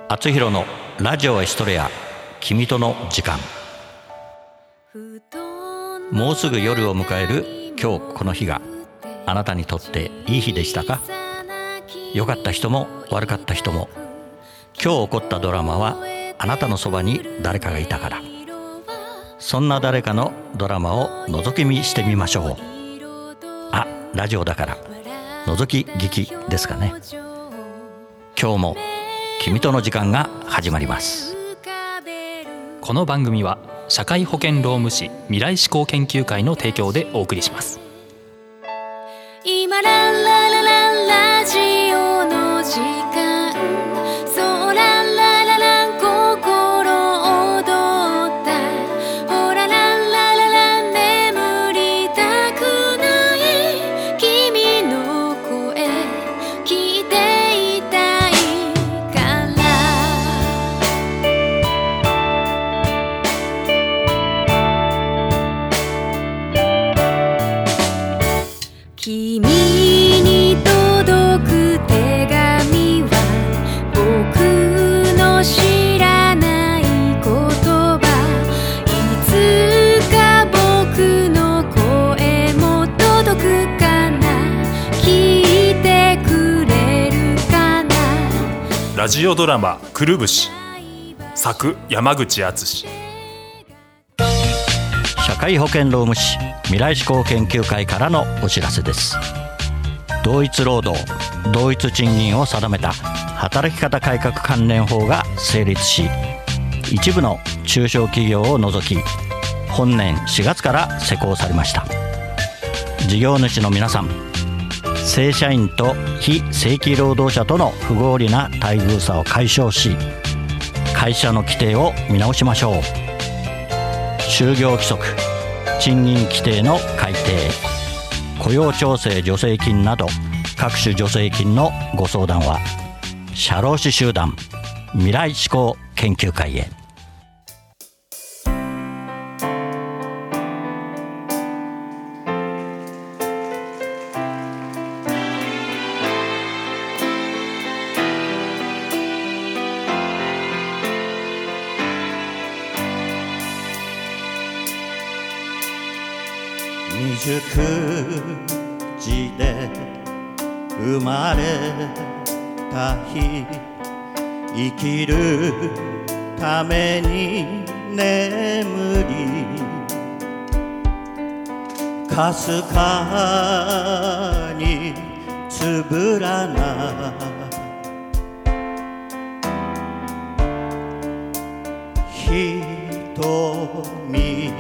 厚弘のラジオエストレア、君との時間。もうすぐ夜を迎える今日この日があなたにとっていい日でしたか？良かった人も悪かった人も、今日起こったドラマはあなたのそばに誰かがいたから。そんな誰かのドラマを覗き見してみましょう。あ、ラジオだから覗き聞きですかね。今日も君との時間が始まります。 この番組は社会保険労務士未来志向研究会の提供でお送りします。 今ラララララジオの時間、そうララララ心躍った、ほらララララ眠りたくない君の声聞いていたいから君に届く手紙は僕の知らない言葉、いつか僕の声も届くかな、聞いてくれるかな。 ラジオドラマくるぶし、作山口敦。 社会保険労務士未来志向研究会からのお知らせです。同一労働同一賃金を定めた働き方改革関連法が成立し、一部の中小企業を除き本年4月から施行されました。事業主の皆さん、正社員と非正規労働者との不合理な待遇差を解消し、会社の規定を見直しましょう。就業規則、賃金規定の改定、雇用調整助成金など各種助成金のご相談は社労士集団未来志向研究会へ。 未熟児で生まれた日、生きるために眠り、かすかにつぶらな瞳、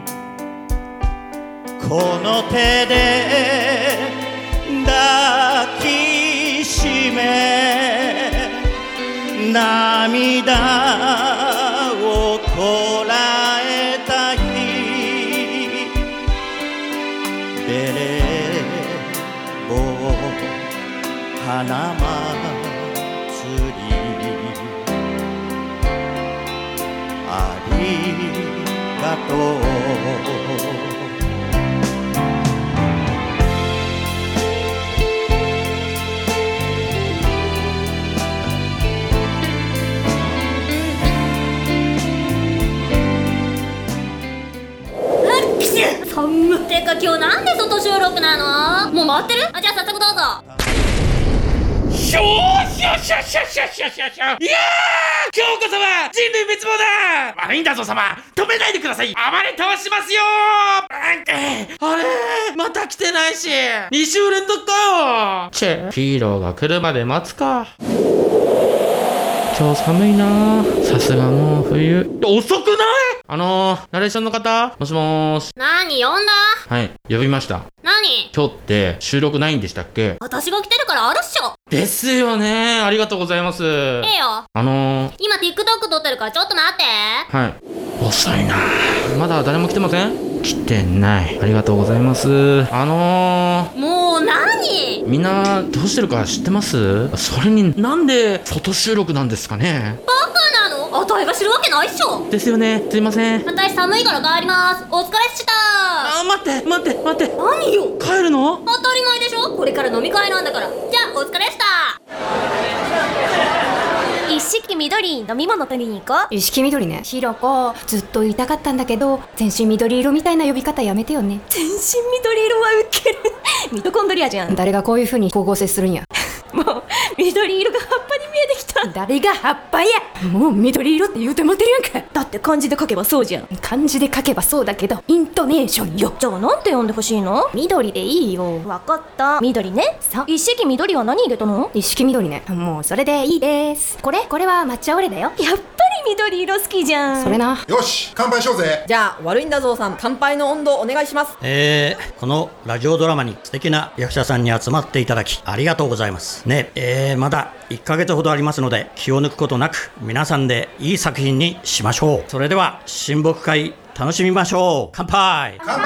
この手で抱きしめ、涙をこらえた日、ベレー帽花祭り、ありがとう。 てか今日なんで外収録なの？もう回ってる？じゃあ早速どうぞ。 しょーしょしょしょしょしょしょしょ、いやー、今日こそは人類滅亡だ。悪いんだぞ様、止めないでください。暴れ倒しますよー。あれまた来てないし、2週連続かよ。ヒーローが来るまで待つか。今日寒いな、さすがもう冬。遅くない？ナレーションの方、もしもーし。 何呼んだ？ はい、呼びました。 何？ 今日って収録ないんでしたっけ？ 私が来てるからあるっしょ。 ですよね、ありがとうございます。 ええよ。 今 TikTok 撮ってるからちょっと待って。 はい。遅いな、まだ誰も来てません？来てない。ありがとうございます。 もう何？ みんなどうしてるか知ってます？それになんで外収録なんですかね？ バカなの？あたいが知るわけないっしょ。 ですよね、すいません。 私寒いから帰ります。お疲れっした。 待って。 何よ？ 帰るの？ 当たり前でしょ、これから飲み会なんだから。じゃあお疲れっした。一式緑飲み物取りに行こう。 一色緑ね。ひろこ、ずっと言いたかったんだけど、全身緑色みたいな呼び方やめてよね。 全身緑色はウケるミトコンドリアじゃん。 誰がこういう風に光合成するんや。 もう緑色が葉っぱに見えてきた。 誰が葉っぱや。もう緑色って言うてもってるやんか。 だって漢字で書けばそうじゃん。 漢字で書けばそうだけど、イントネーションよ。 じゃあなんて呼んでほしいの？ 緑でいいよ。 わかった。緑ね。 そう。 一色緑は何入れたの？ 一色緑ね。もうそれでいいです。これは抹茶オレだよ。 やっぱり緑色好きじゃん。 それな。 よし、乾杯しようぜ。 じゃあ悪いんだぞうさん、乾杯の温度お願いします。 このラジオドラマに素敵な役者さんに集まっていただきありがとうございますね。まだ1ヶ月ほどありますので、気を抜くことなく皆さんでいい作品にしましょう。それでは親睦会楽しみましょう。乾杯。 乾杯。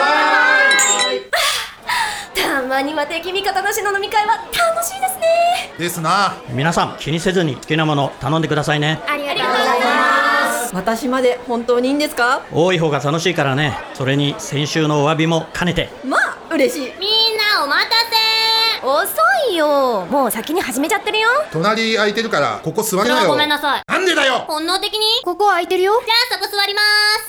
たまには敵味方なしの飲み会は楽しいですね。 ですな。 皆さん気にせずに好きなもの頼んでくださいね。 ありがとうございます。 私まで本当にいいんですか？ 多い方が楽しいからね。それに先週のお詫びも兼ねて。 まあ嬉しい。 みんなお待たせ。遅いよ。もう先に始めちゃってるよ。 隣空いてるからここ座りなよ。 ごめんなさい。 なんでだよ。 本能的にここ空いてるよ。 じゃあそこ座ります。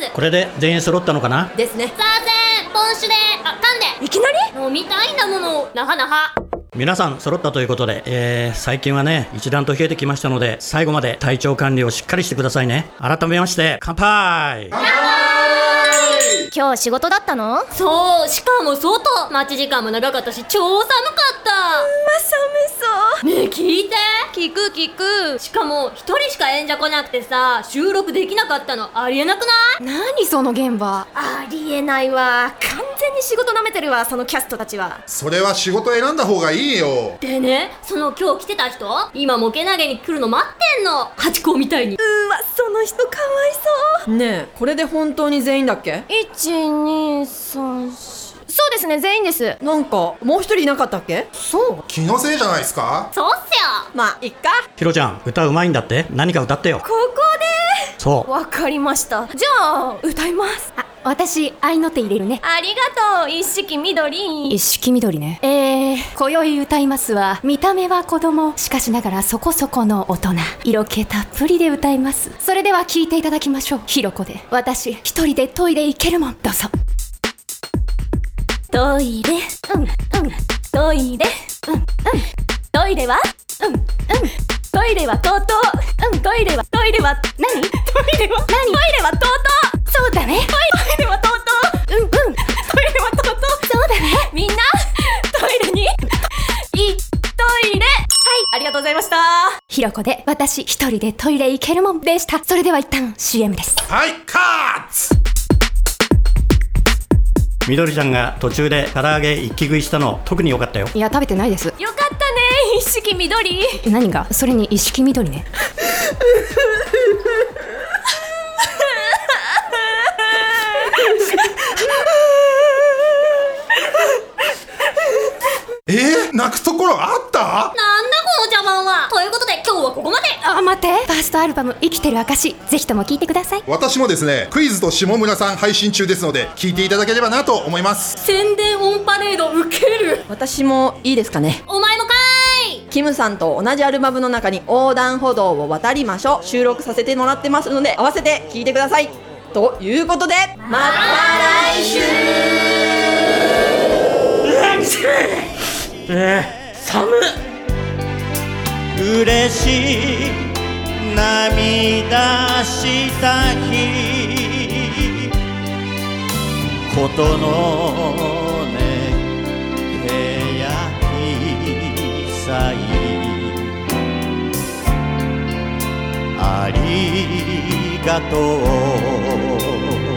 これで全員揃ったのかな？ ですね。 さあポン酒で噛んで。いきなり飲みたいんだもの。なはなは。 皆さん揃ったということで、最近はね一段と冷えてきましたので、最後まで体調管理をしっかりしてくださいね。改めまして乾杯。 今日仕事だったの？そう、しかも外。待ち時間も長かったし超寒かった。寒そう。ねえ聞いて。聞く。しかも一人しか演者来なくてさ、収録できなかったのありえなくない？ 何その現場。 ありえないわ。完全に仕事なめてるわ、そのキャストたちは。 それは仕事選んだ方がいいよ。 でね、その今日来てた人、今模型投げに来るの待ってんの。ハチ公みたいに。わ、その人かわいそう。 ねえ、これで本当に全員だっけ ？1、2、3、そうですね、全員です。 なんかもう一人いなかったっけ？ そう。 気のせいじゃないですか。 そうっすよ。 まあいっか。 ひろちゃん歌うまいんだって。何か歌ってよ。 ここで。 そう。 わかりました。じゃあ歌います。 あ、私愛の手入れるね。 ありがとう。一色緑。 一色緑ね。今宵歌いますは、見た目は子供、しかしながらそこそこの大人、色気たっぷりで歌います。それでは聴いていただきましょう。ひろこで私一人でトイレ行けるもん。どうぞ。 トイレ、トイレ、トイレは、トイレはとうとう、トイレは何？トイレは何？トイレはとうとう。 そうだね。 トイレはとうとう。トイレはとうとう。 そうだね。 みんなトイレにトイレ。はい、ありがとうございました。 ひろこで私一人でトイレ行けるもんでした。それでは一旦 CM です。 はい、カッツ。 みどりちゃんが途中で唐揚げ一気食いしたの特に良かったよ。 いや食べてないです。 よかったね、一色緑。 何が？それに一色緑ね。 泣くところあった？ なんだこの茶番は。ということで今日はここまで。 あ、待って。ファーストアルバム生きてる証、ぜひとも聴いてください。 私もですね、クイズと下村さん配信中ですので聞いていただければなと思います。 宣伝オンパレードウケる。 私もいいですかね。 お前もかーい。 キムさんと同じアルバムの中に横断歩道を渡りましょう収録させてもらってますので、合わせて聴いてください。ということで、また来週。 寒嬉しい涙した日ことのね部屋にさいありがとう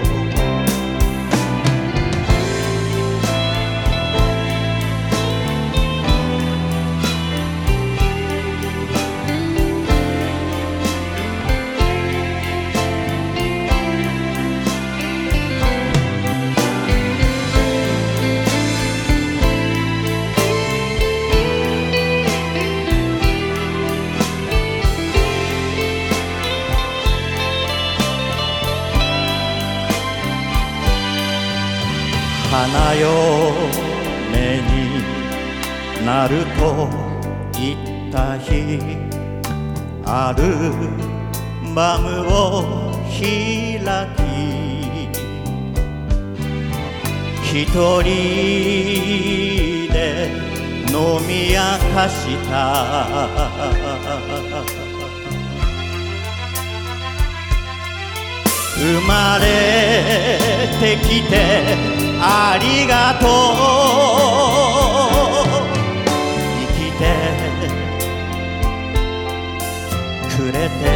花嫁になると言った日あるマムを開き一人で飲み明かした生まれてきてありがとう生きてくれて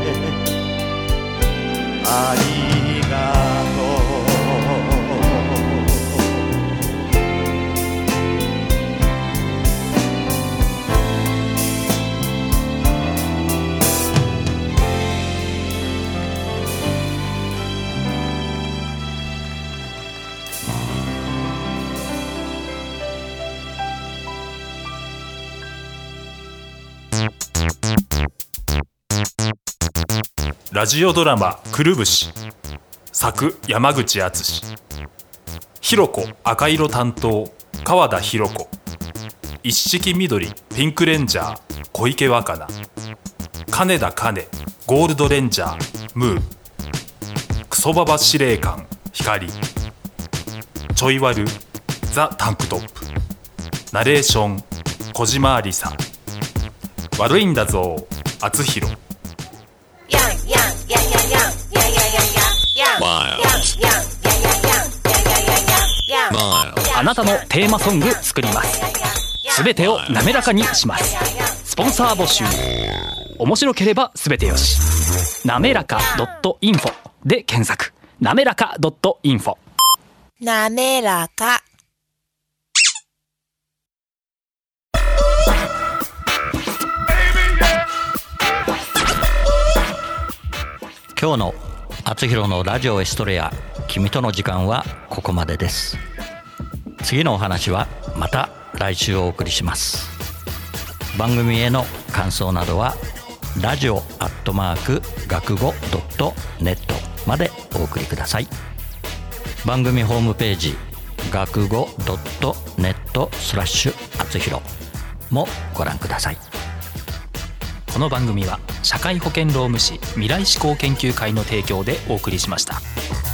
ありがとうラジオドラマくるぶし作山口敦ひろこ赤色担当川田ひろ子一色緑ピンクレンジャー小池若菜金田金ゴールドレンジャームークソババ司令官光ちょいワルザ・タンクトップナレーション小島ありさ悪いんだぞ厚弘あなたのテーマソング作ります。すべてを滑らかにします。スポンサー募集。面白ければすべてよし。なめらか .info で検索。なめらか .info。 なめらか。 今日の厚弘のラジオエストレア君との時間はここまでです。次のお話はまた来週お送りします。番組への感想などはラジオ学語.net までお送りください。番組ホームページ学語.net/厚弘もご覧ください。 この番組は社会保険労務士未来志向研究会の提供でお送りしました。